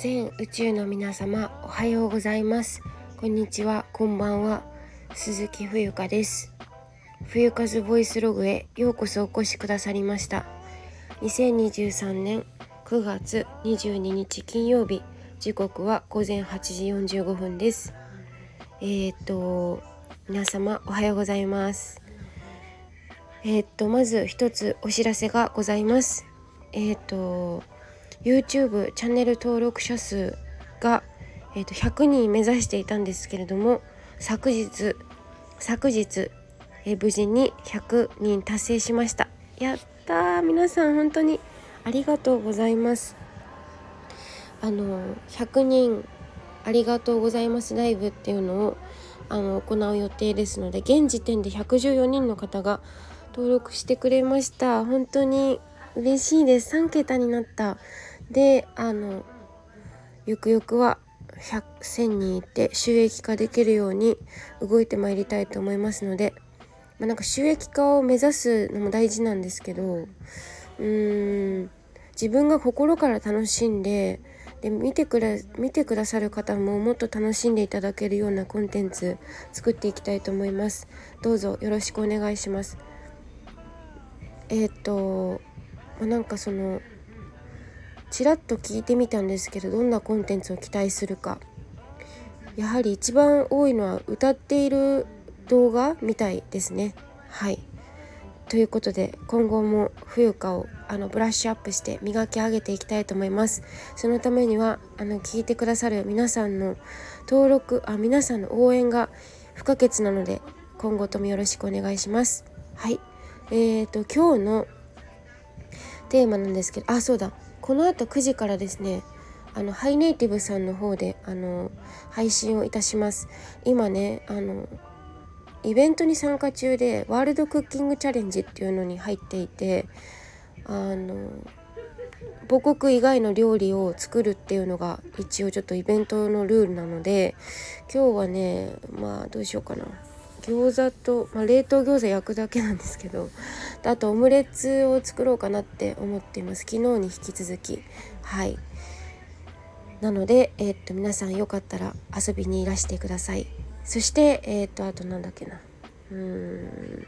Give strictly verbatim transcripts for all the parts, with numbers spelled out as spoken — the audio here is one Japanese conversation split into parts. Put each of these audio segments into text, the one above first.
全宇宙の皆様、おはようございます。こんにちは、こんばんは。鈴木冬香です。冬風ボイスログへようこそお越しくださりました。にせんにじゅうさんねんくがつにじゅうににち金曜日、時刻はごぜんはちじよんじゅうごふんです。えー、っと皆様おはようございます。えー、っとまず一つお知らせがございます。えー、っと YouTube チャンネル登録者数が、えー、とひゃくにん目指していたんですけれども、昨日昨日、えー、無事にひゃくにん達成しました。やったー。皆さん本当にありがとうございます。あのひゃくにんありがとうございますライブっていうのをあの行う予定ですので、現時点でひゃくじゅうよにんの方が登録してくれました。本当に嬉しいです。さんけたになった。で、あのゆくゆくはひゃく、せんにんいって収益化できるように動いてまいりたいと思いますので、まあ、なんか収益化を目指すのも大事なんですけど、うーん自分が心から楽しんで、で見てくれ見てくださる方ももっと楽しんでいただけるようなコンテンツ作っていきたいと思います。どうぞよろしくお願いします。えー、っとなんかそのちらっと聞いてみたんですけど、どんなコンテンツを期待するか、やはり一番多いのは歌っている動画みたいですね。はい、ということで今後も冬香をあのブラッシュアップして磨き上げていきたいと思います。そのためにはあの聞いてくださる皆さんの登録あ皆さんの応援が不可欠なので、今後ともよろしくお願いします。はい、えーと今日のテーマなんですけど、あそうだこの後くじからですね、あのハイネイティブさんの方であの配信をいたします。今ねあのイベントに参加中で、ワールドクッキングチャレンジっていうのに入っていて、あの母国以外の料理を作るっていうのが一応ちょっとイベントのルールなので、今日はねまあどうしようかな、餃子と、まあ、冷凍餃子焼くだけなんですけど、あとオムレツを作ろうかなって思っています。昨日に引き続き。はいなので、えー、っと皆さんよかったら遊びにいらしてください。そしてえー、っとあとなんだっけなうーん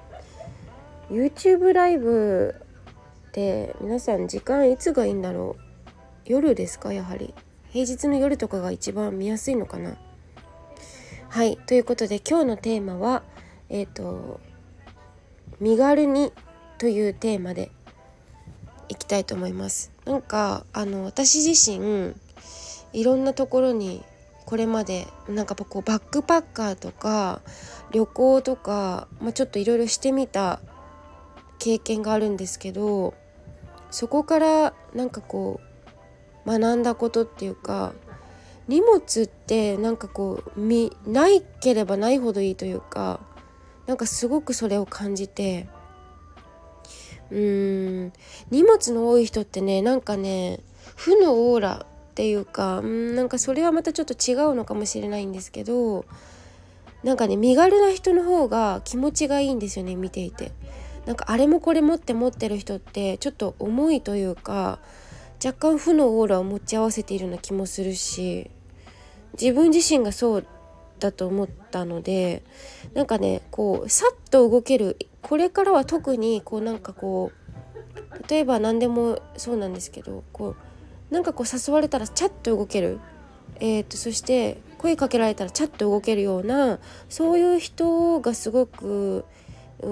YouTube ライブって皆さん時間いつがいいんだろう。夜ですか？やはり平日の夜とかが一番見やすいのかな。はいということで今日のテーマはえー、っと身軽にというテーマでいきたいと思います。なんかあの私自身いろんなところにこれまでなんかこうバックパッカーとか旅行とか、まあ、ちょっといろいろしてみた経験があるんですけど、そこからなんかこう学んだことっていうか、荷物ってなんかこうみないければないほどいいというか、なんかすごくそれを感じて、うーん荷物の多い人ってねなんかね負のオーラっていうか、うんなんかそれはまたちょっと違うのかもしれないんですけど、なんかね身軽な人の方が気持ちがいいんですよね、見ていて。なんかあれもこれもって持ってる人ってちょっと重いというか、若干負のオーラを持ち合わせているような気もするし、自分自身がそうだと思ったので、なんかねこうさっと動ける、これからは特にこうなんかこう例えば何でもそうなんですけど、こうなんかこう誘われたらチャッと動ける、えー、とそして声かけられたらチャッと動けるような、そういう人がすごく、うん、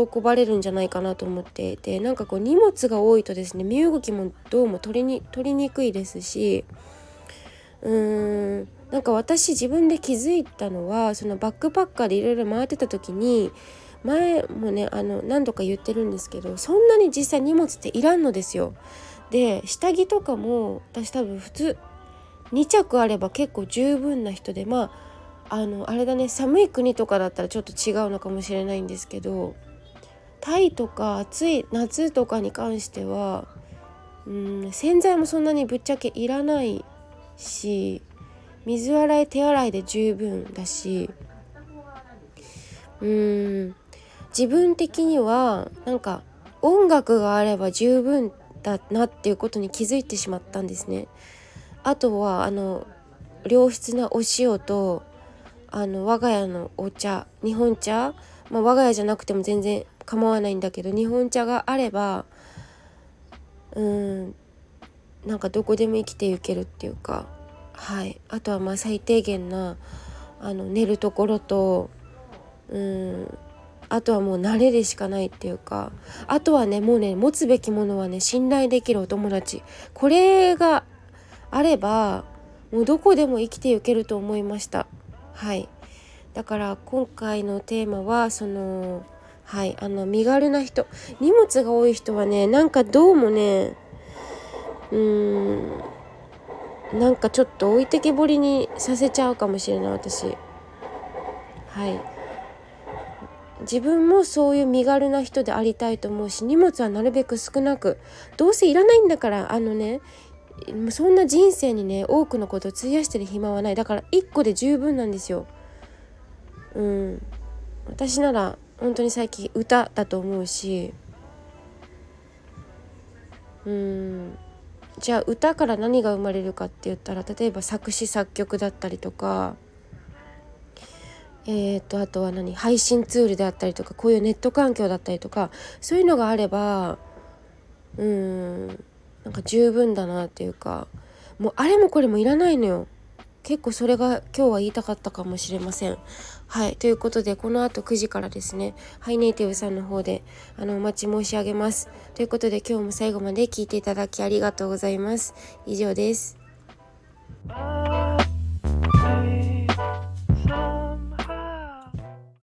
喜ばれるんじゃないかなと思っていて、なんかこう荷物が多いとですね、身動きもどうも取りに取りにくいですし、うーんなんか私自分で気づいたのは、そのバックパッカーでいろいろ回ってた時に、前もねあの何度か言ってるんですけど、そんなに実際荷物っていらんのですよ。で下着とかも私多分普通にちゃくあれば結構十分な人で、まああのあれだね、寒い国とかだったらちょっと違うのかもしれないんですけど、タイとか暑い夏とかに関してはうん洗剤もそんなにぶっちゃけいらないし、水洗い手洗いで十分だし、うーん自分的にはなんか音楽があれば十分だなっていうことに気づいてしまったんですね。 あとはあの良質なお塩とあの我が家のお茶、日本茶、まあ、我が家じゃなくても全然構わないんだけど、日本茶があればうーんなんかどこでも生きていけるっていうか、はい、あとはまあ最低限なあの寝るところと、うーんあとはもう慣れでしかないっていうか、あとはねもうね持つべきものはね信頼できるお友達、これがあればもうどこでも生きていけると思いました。はい、だから今回のテーマはそのはいあの身軽な人、荷物が多い人はねなんかどうもねうーんなんかちょっと置いてけぼりにさせちゃうかもしれない私。はい、自分もそういう身軽な人でありたいと思うし、荷物はなるべく少なく、どうせいらないんだから、あのねそんな人生にね多くのことを費やしてる暇はない。だからいっこで十分なんですよ。うん私なら本当に最近歌だと思うし、うんじゃあ歌から何が生まれるかって言ったら、例えば作詞作曲だったりとか、えー、とあとは何配信ツールであったりとか、こういうネット環境だったりとか、そういうのがあればうーんなんか十分だなっていうか、もうあれもこれもいらないのよ。結構それが今日は言いたかったかもしれません。はい、ということでこの後くじからですね、ハイネイティブさんの方であのお待ち申し上げます。ということで今日も最後まで聞いていただきありがとうございます。以上です。